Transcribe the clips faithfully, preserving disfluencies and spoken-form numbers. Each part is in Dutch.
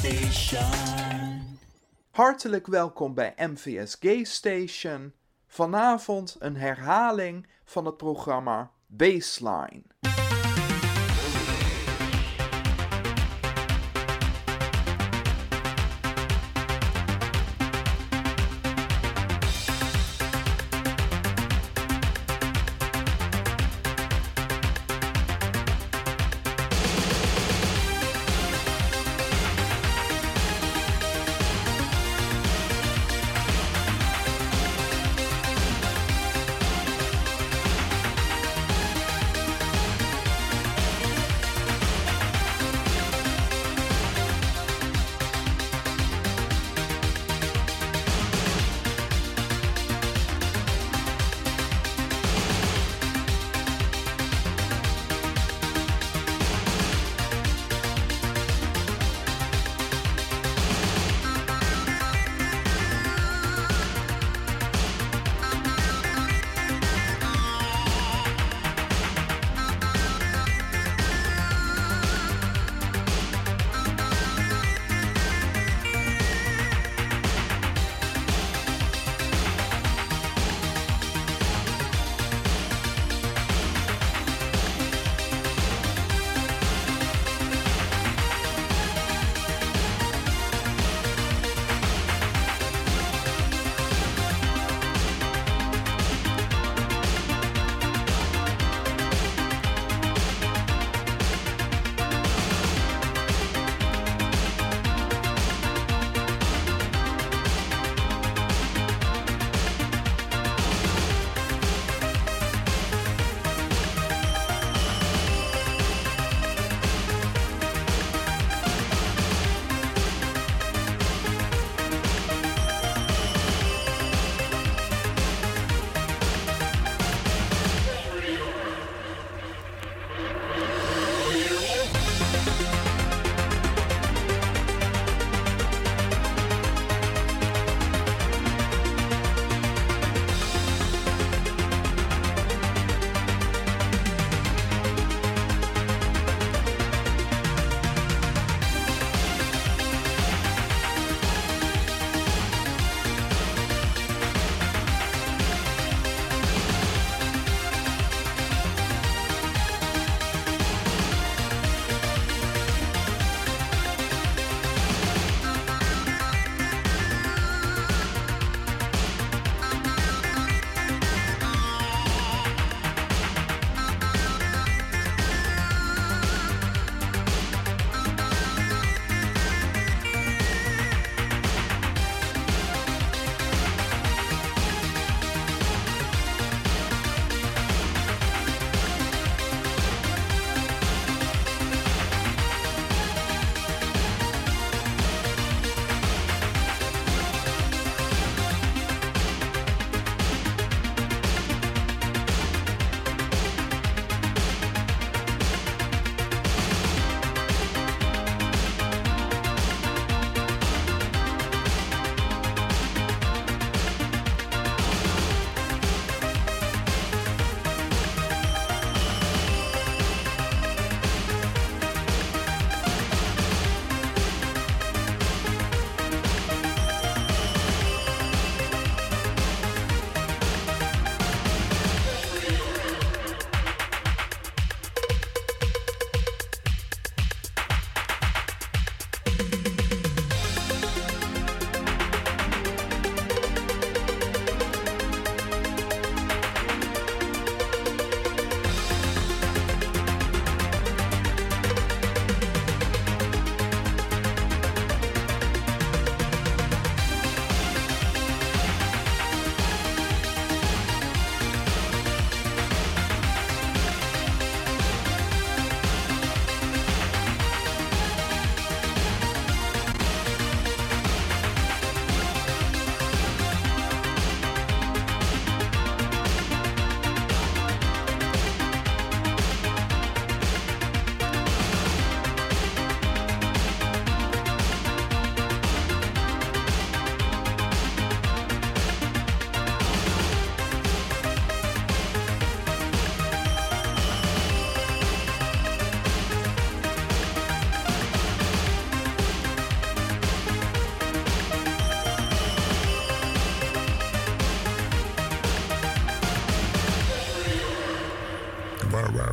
Station. Hartelijk welkom bij M V S Gay Station. Vanavond een herhaling van het programma Baseline.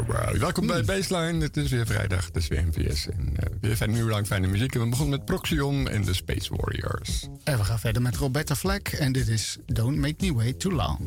Welkom bij Baseline. Het is weer vrijdag, het is weer M V S. En uh, weer vijf uur lang fijne muziek. En we begonnen met Proxion en de Space Warriors. En we gaan verder met Roberta Flack. En dit is Don't Make Me Wait Too Long.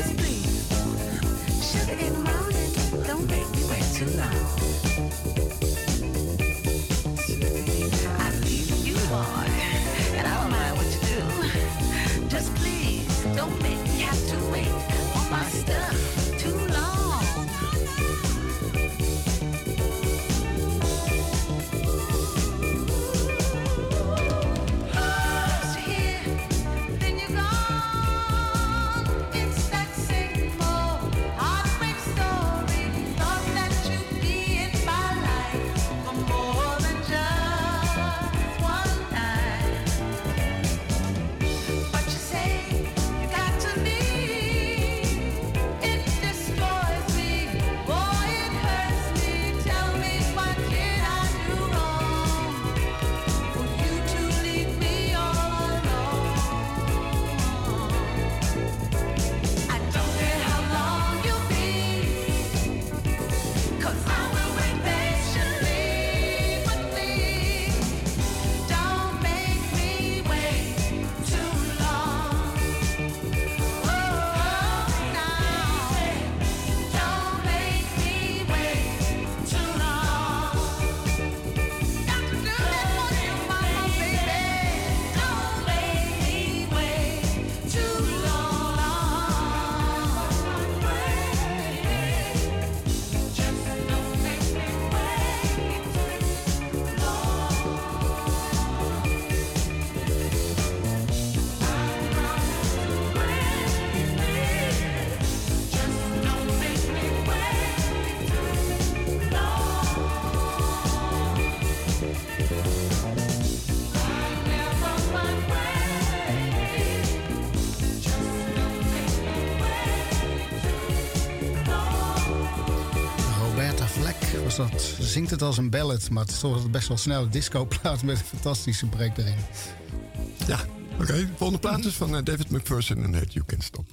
Sugar in the morning, don't make me wait too long. was dat, zingt het als een ballad, maar het is toch best wel snel een discoplaat met een fantastische break erin. Ja, oké. Okay. De volgende plaat is van uh, David McPherson en heet You Can't Stop.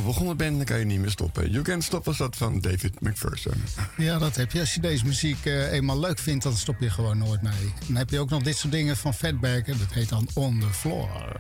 begonnen bent, dan kan je niet meer stoppen. You Can't Stop was dat van David McPherson. Ja, dat heb je. Als je deze muziek uh, eenmaal leuk vindt, dan stop je gewoon nooit mee. Dan heb je ook nog dit soort dingen van Fatback. Dat heet dan On The Floor.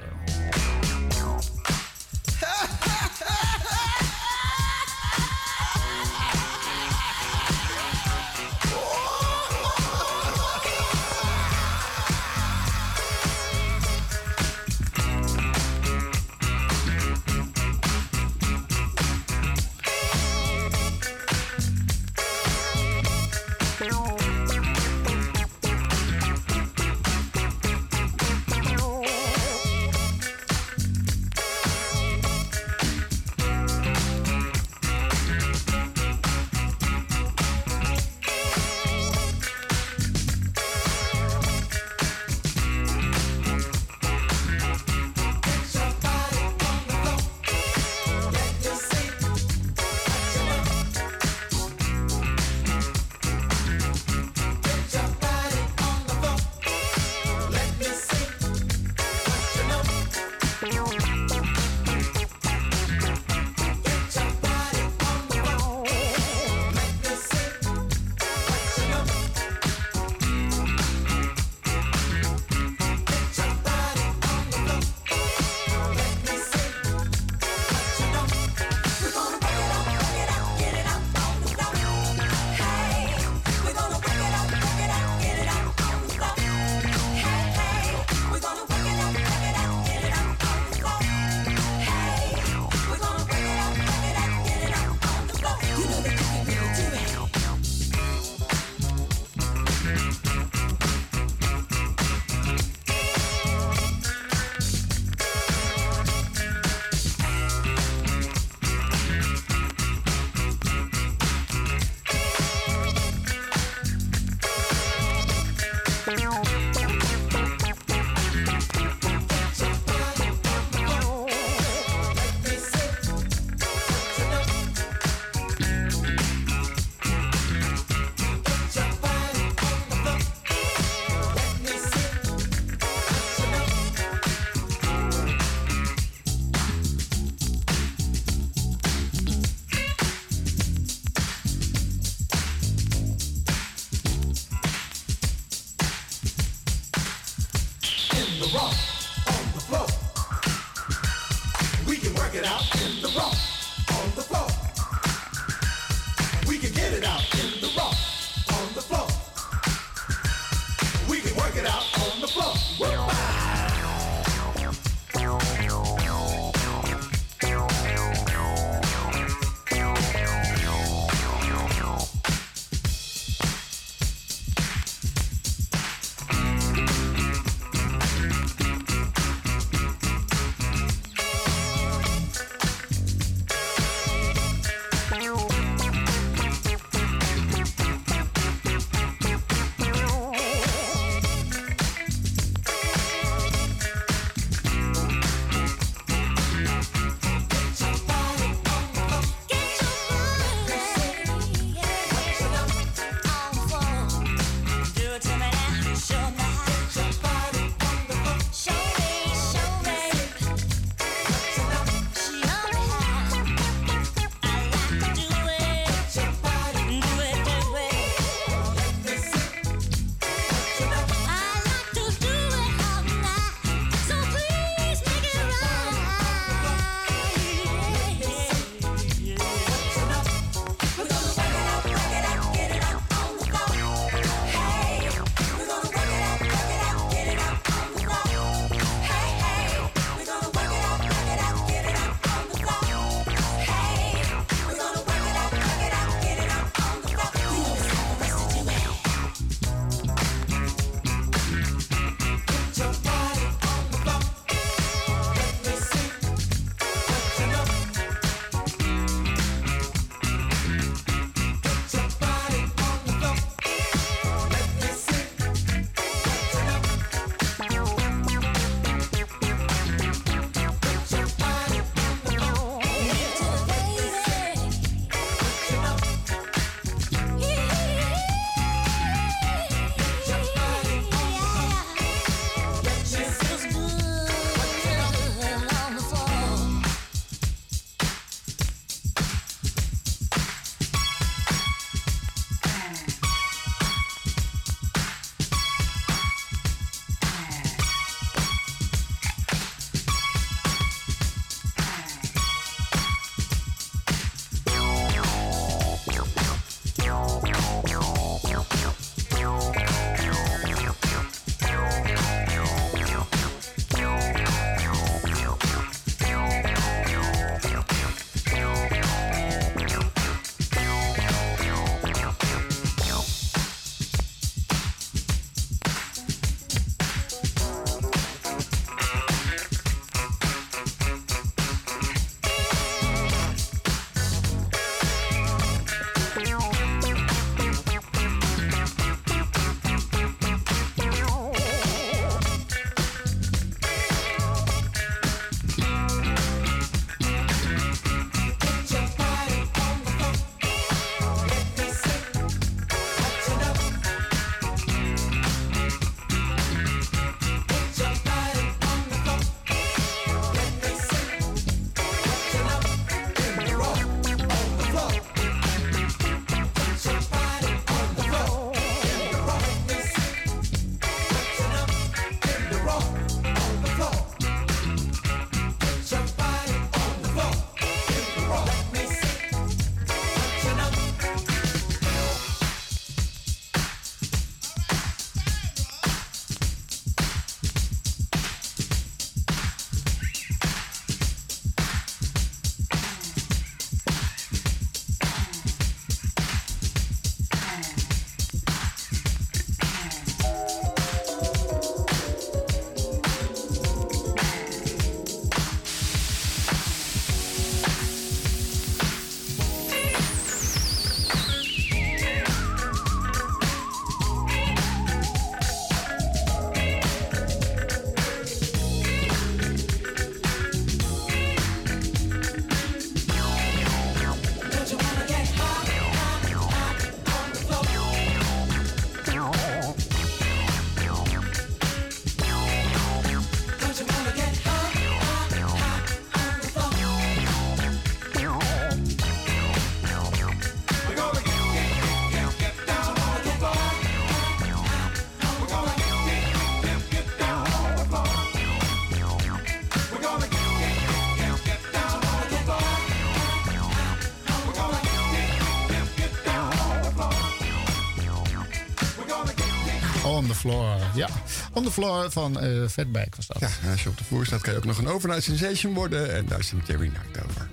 On the Floor. Ja, On the Floor van uh, Fatback was dat. Ja, en als je op de vloer staat kan je ook nog een overnight sensation worden. En daar zingt Jerry Knight over.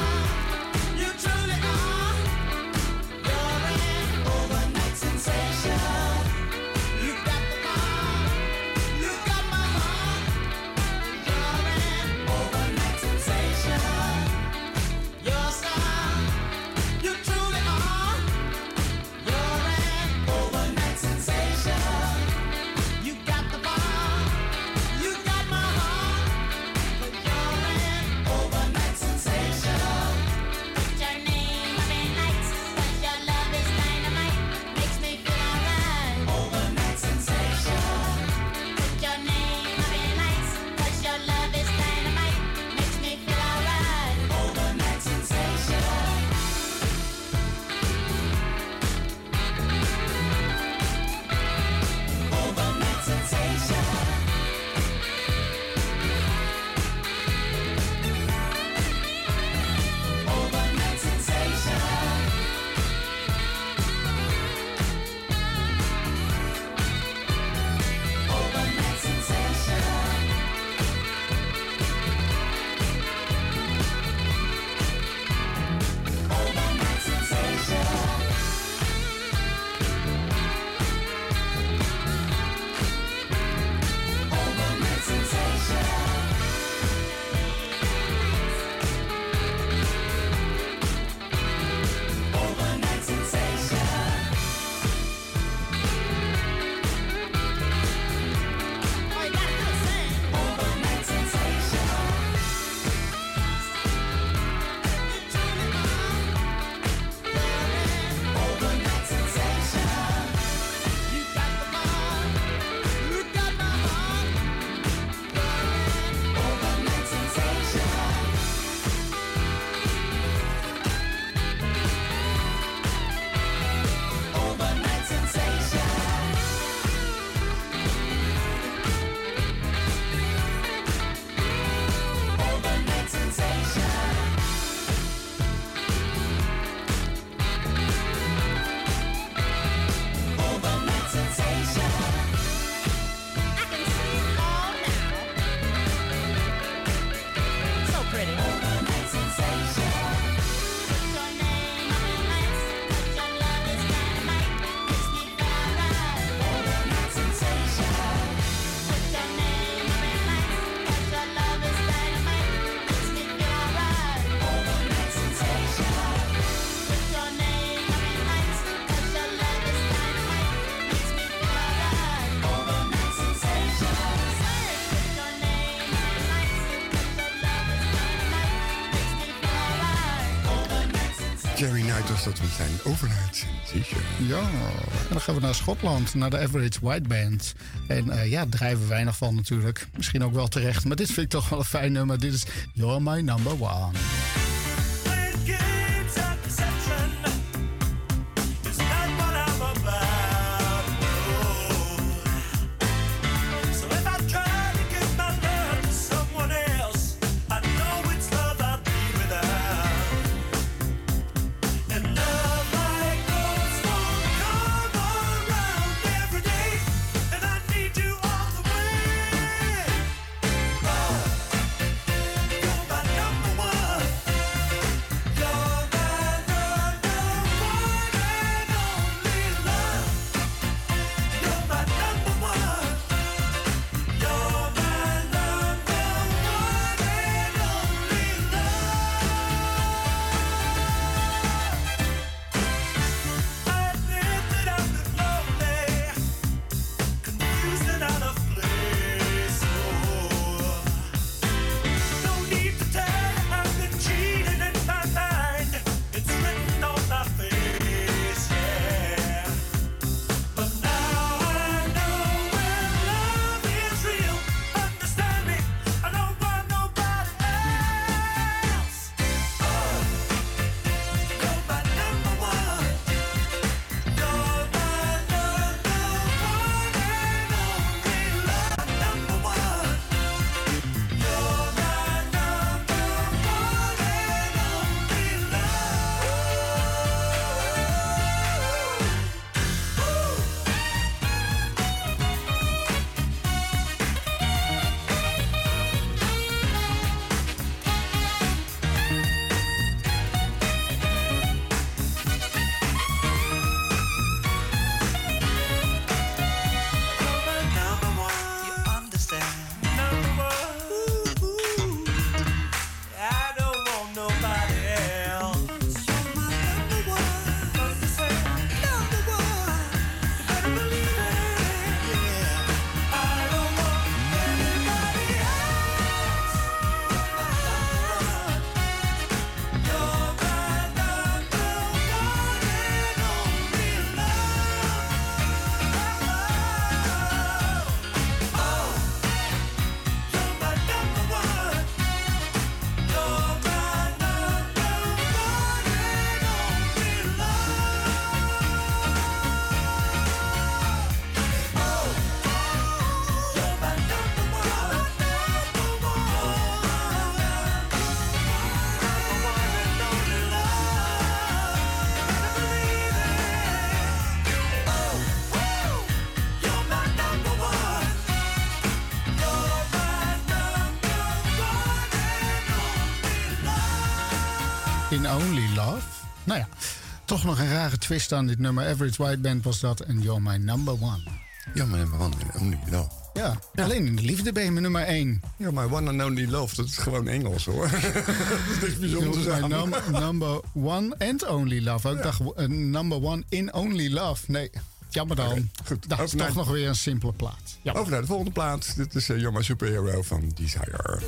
Sensation. Night was dat met zijn Overnight Sensation. Ja, en dan gaan we naar Schotland, naar de Average White Band. En uh, ja, daar drijven we weinig van natuurlijk. Misschien ook wel terecht, maar dit vind ik toch wel een fijn nummer. Dit is You're My Number One. In Only Love. Nou ja, toch nog een rare twist aan dit nummer. Average White Band was dat en You're My Number One. You're My Number One in Only Love. Ja, ja, alleen in de liefde ben je mijn nummer één. You're My One and Only Love, dat is gewoon Engels hoor. Dat is niks bijzonders You're aan. My num- number One and Only Love. Ik ja. dacht, uh, number one in Only Love. Nee, jammer dan. Okay, goed. Dat is toch nog weer een simpele plaat. Jammer. Over naar de volgende plaat. Dit is uh, You're My Superhero van Desire.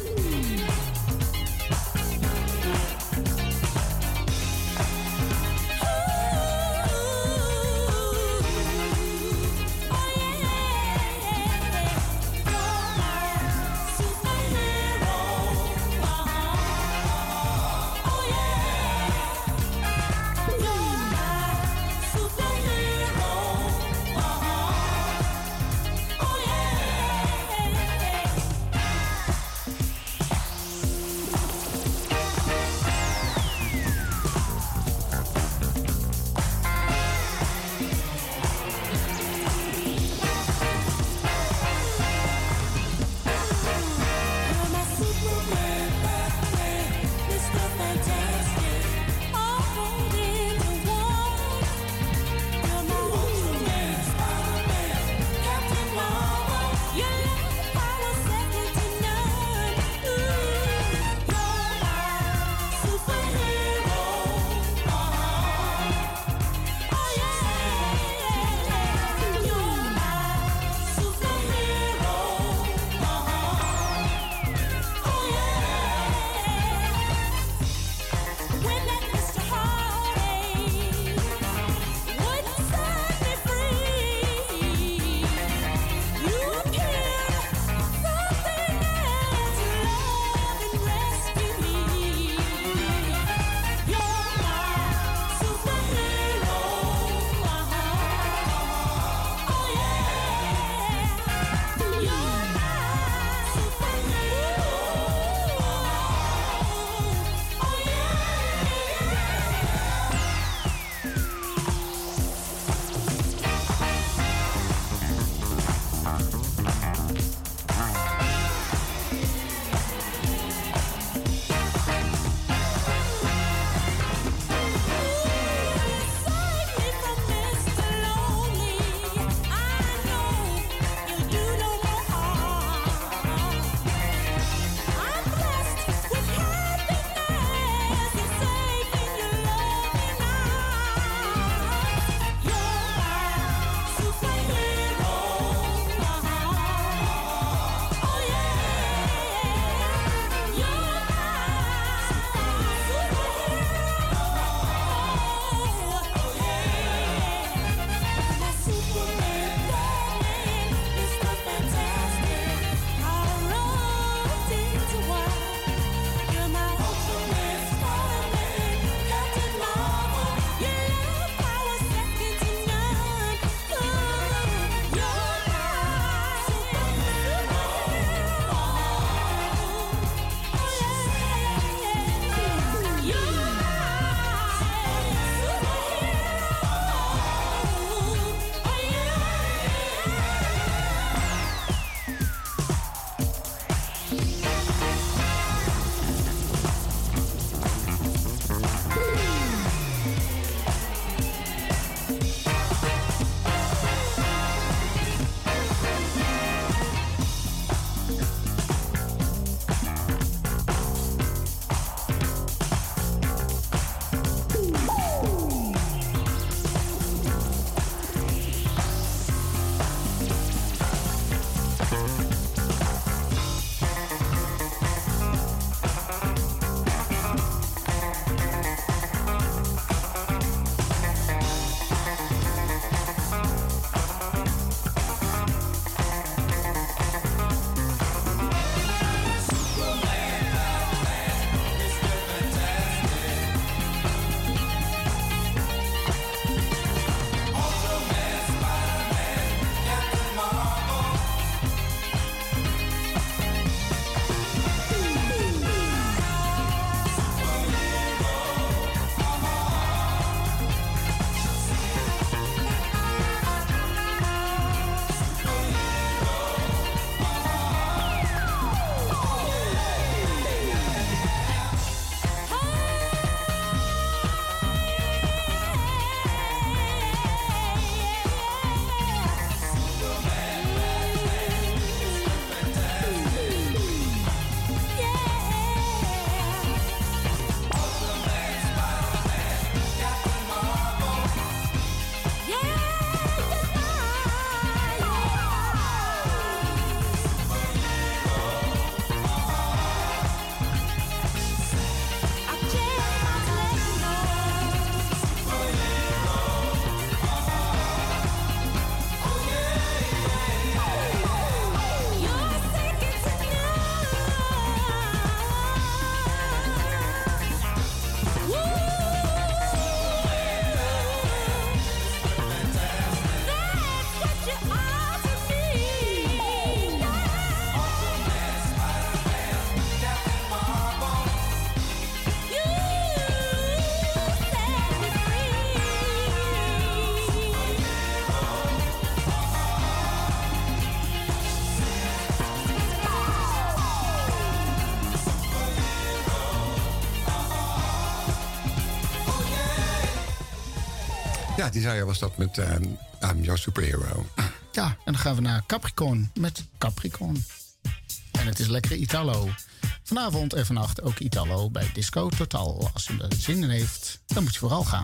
Ja, Desire was dat met uh, I'm Your Superhero. Ja, en dan gaan we naar Capricorn met Capricorn. En het is lekker Italo. Vanavond en vannacht ook Italo bij Disco Total. Als u er zin in heeft, dan moet je vooral gaan.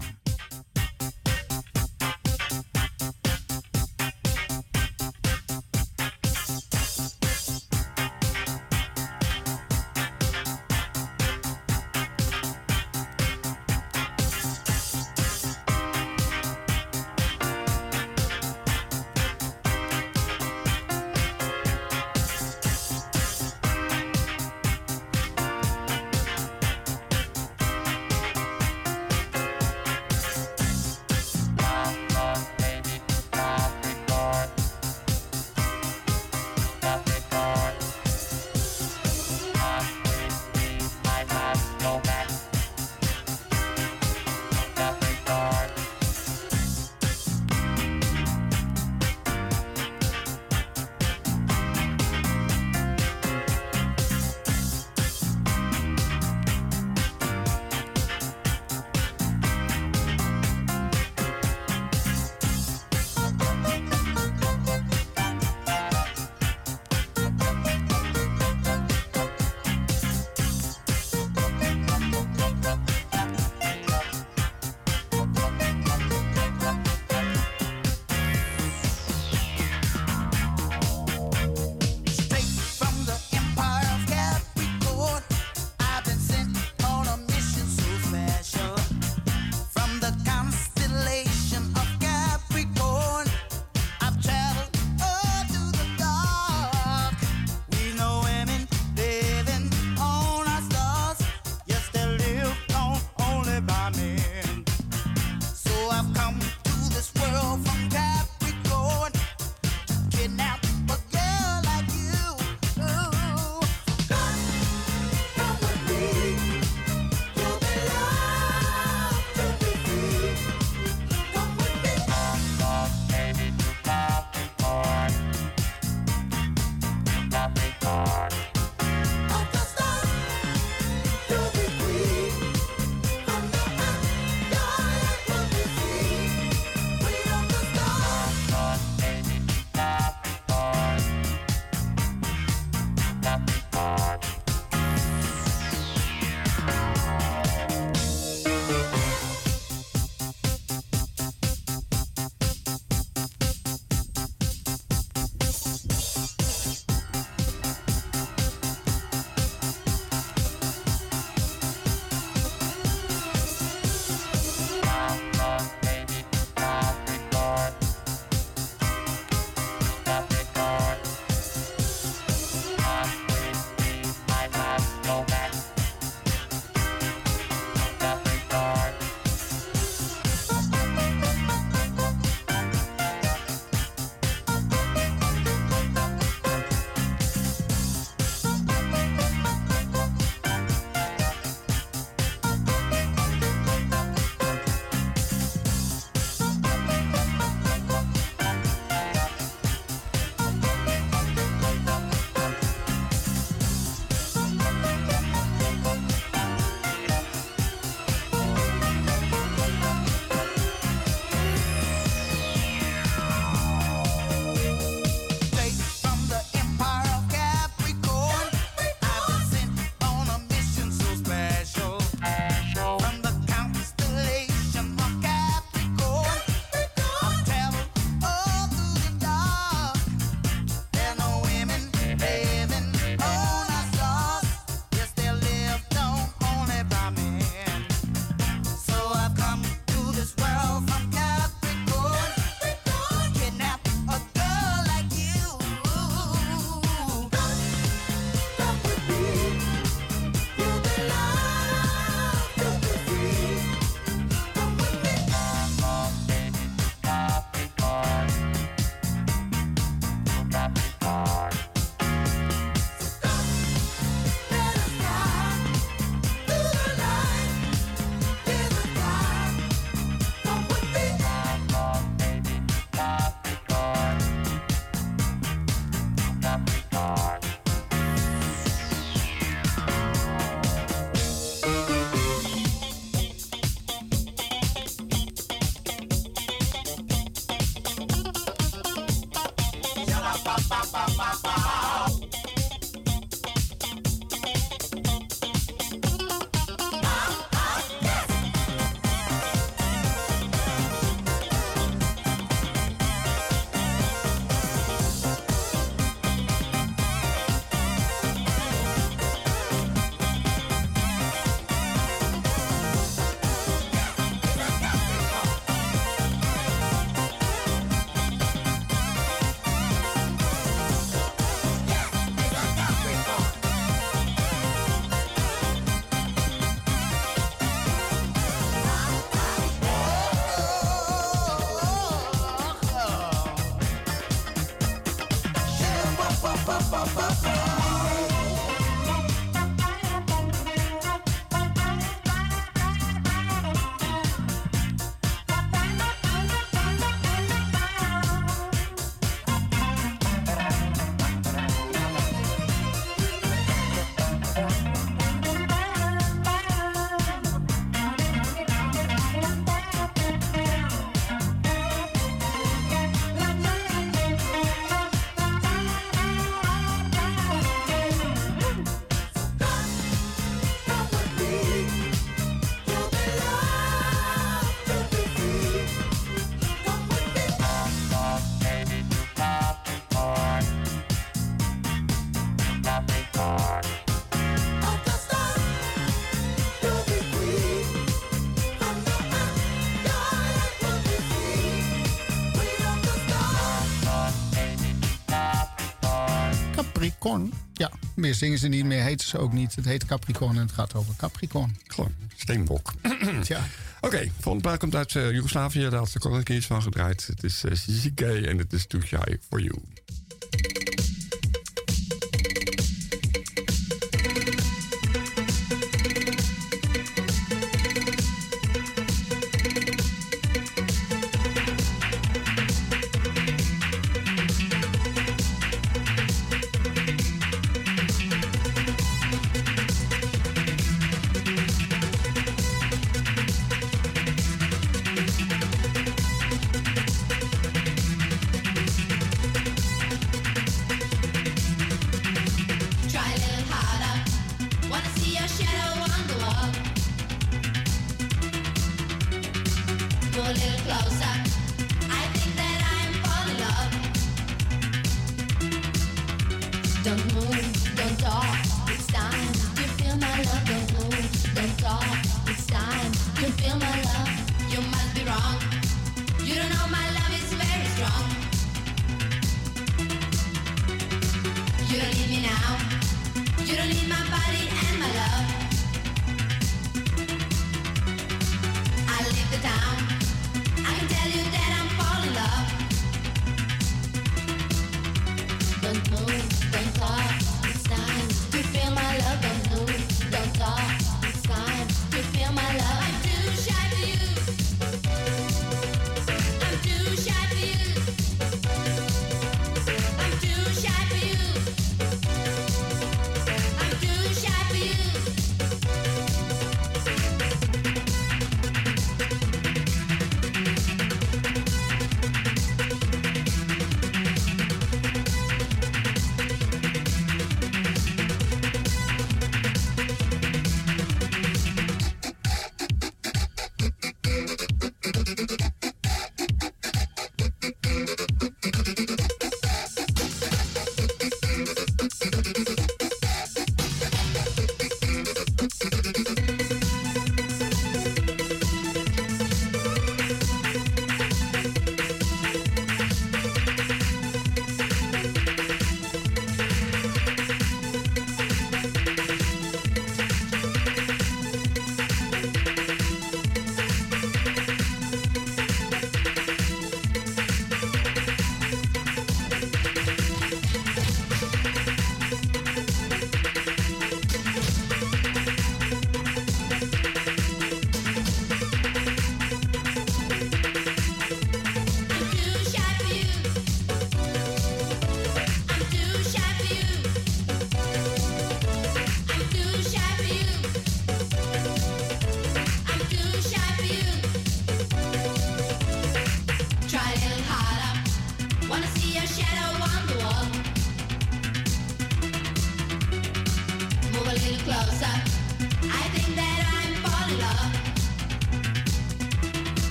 Capricorn. Ja, meer zingen ze niet, meer heten ze ook niet. Het heet Capricorn en het gaat over Capricorn. Gewoon steenbok. Tja. Oké, okay, volgende plaat komt uit uh, Joegoslavië. Daar had ik ook een keer iets van gedraaid. Het is uh, Zizike en het is Too Shy For You.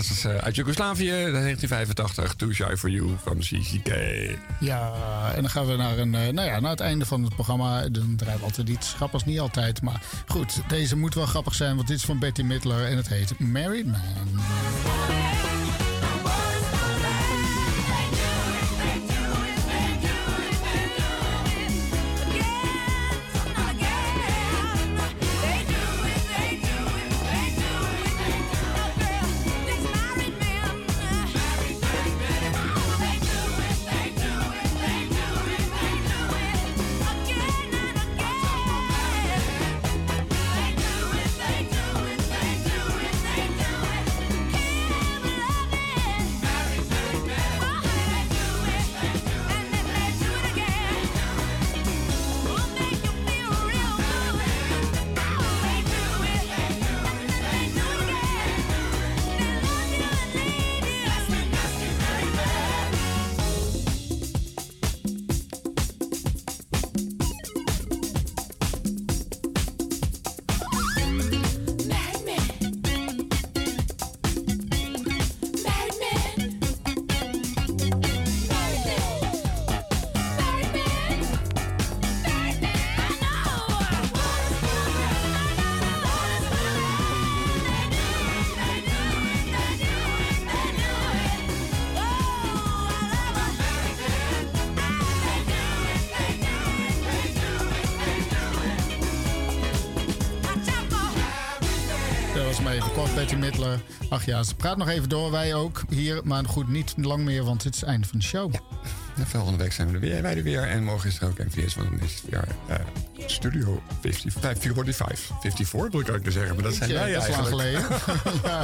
Dat is uh, uit Joegoslavië, negentien vijfentachtig. Too Shy For You van C C K. Ja, en dan gaan we naar, een, uh, nou ja, naar het einde van het programma. Dan draaien we altijd iets grappigs, niet altijd. Maar goed, deze moet wel grappig zijn, want dit is van Bette Midler en het heet Married Man. Bette Midler. Ach ja, ze praat nog even door. Wij ook hier. Maar goed, niet lang meer, want het is het einde van de show. Ja. En volgende week zijn we er weer, wij er weer. En morgen is er ook M V S, want dan is het weer uh, Studio vijfenvijftig. vijfenvijftig wil ik eigenlijk zeggen. Maar dat zijn wij dat eigenlijk. Dat is lang geleden. Ja.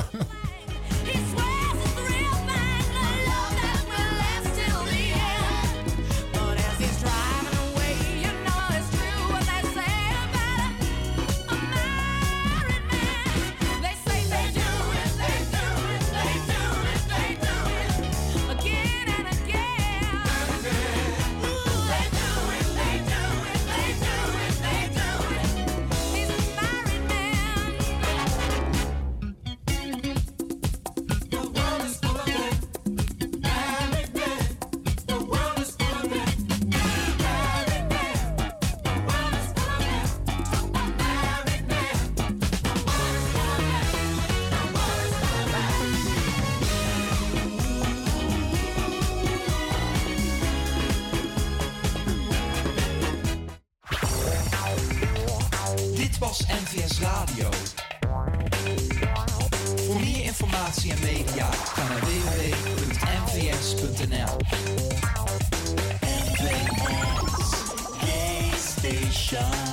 Radio. Voor meer informatie en media ga naar w w w punt m v s punt n l. M V S Gay Station.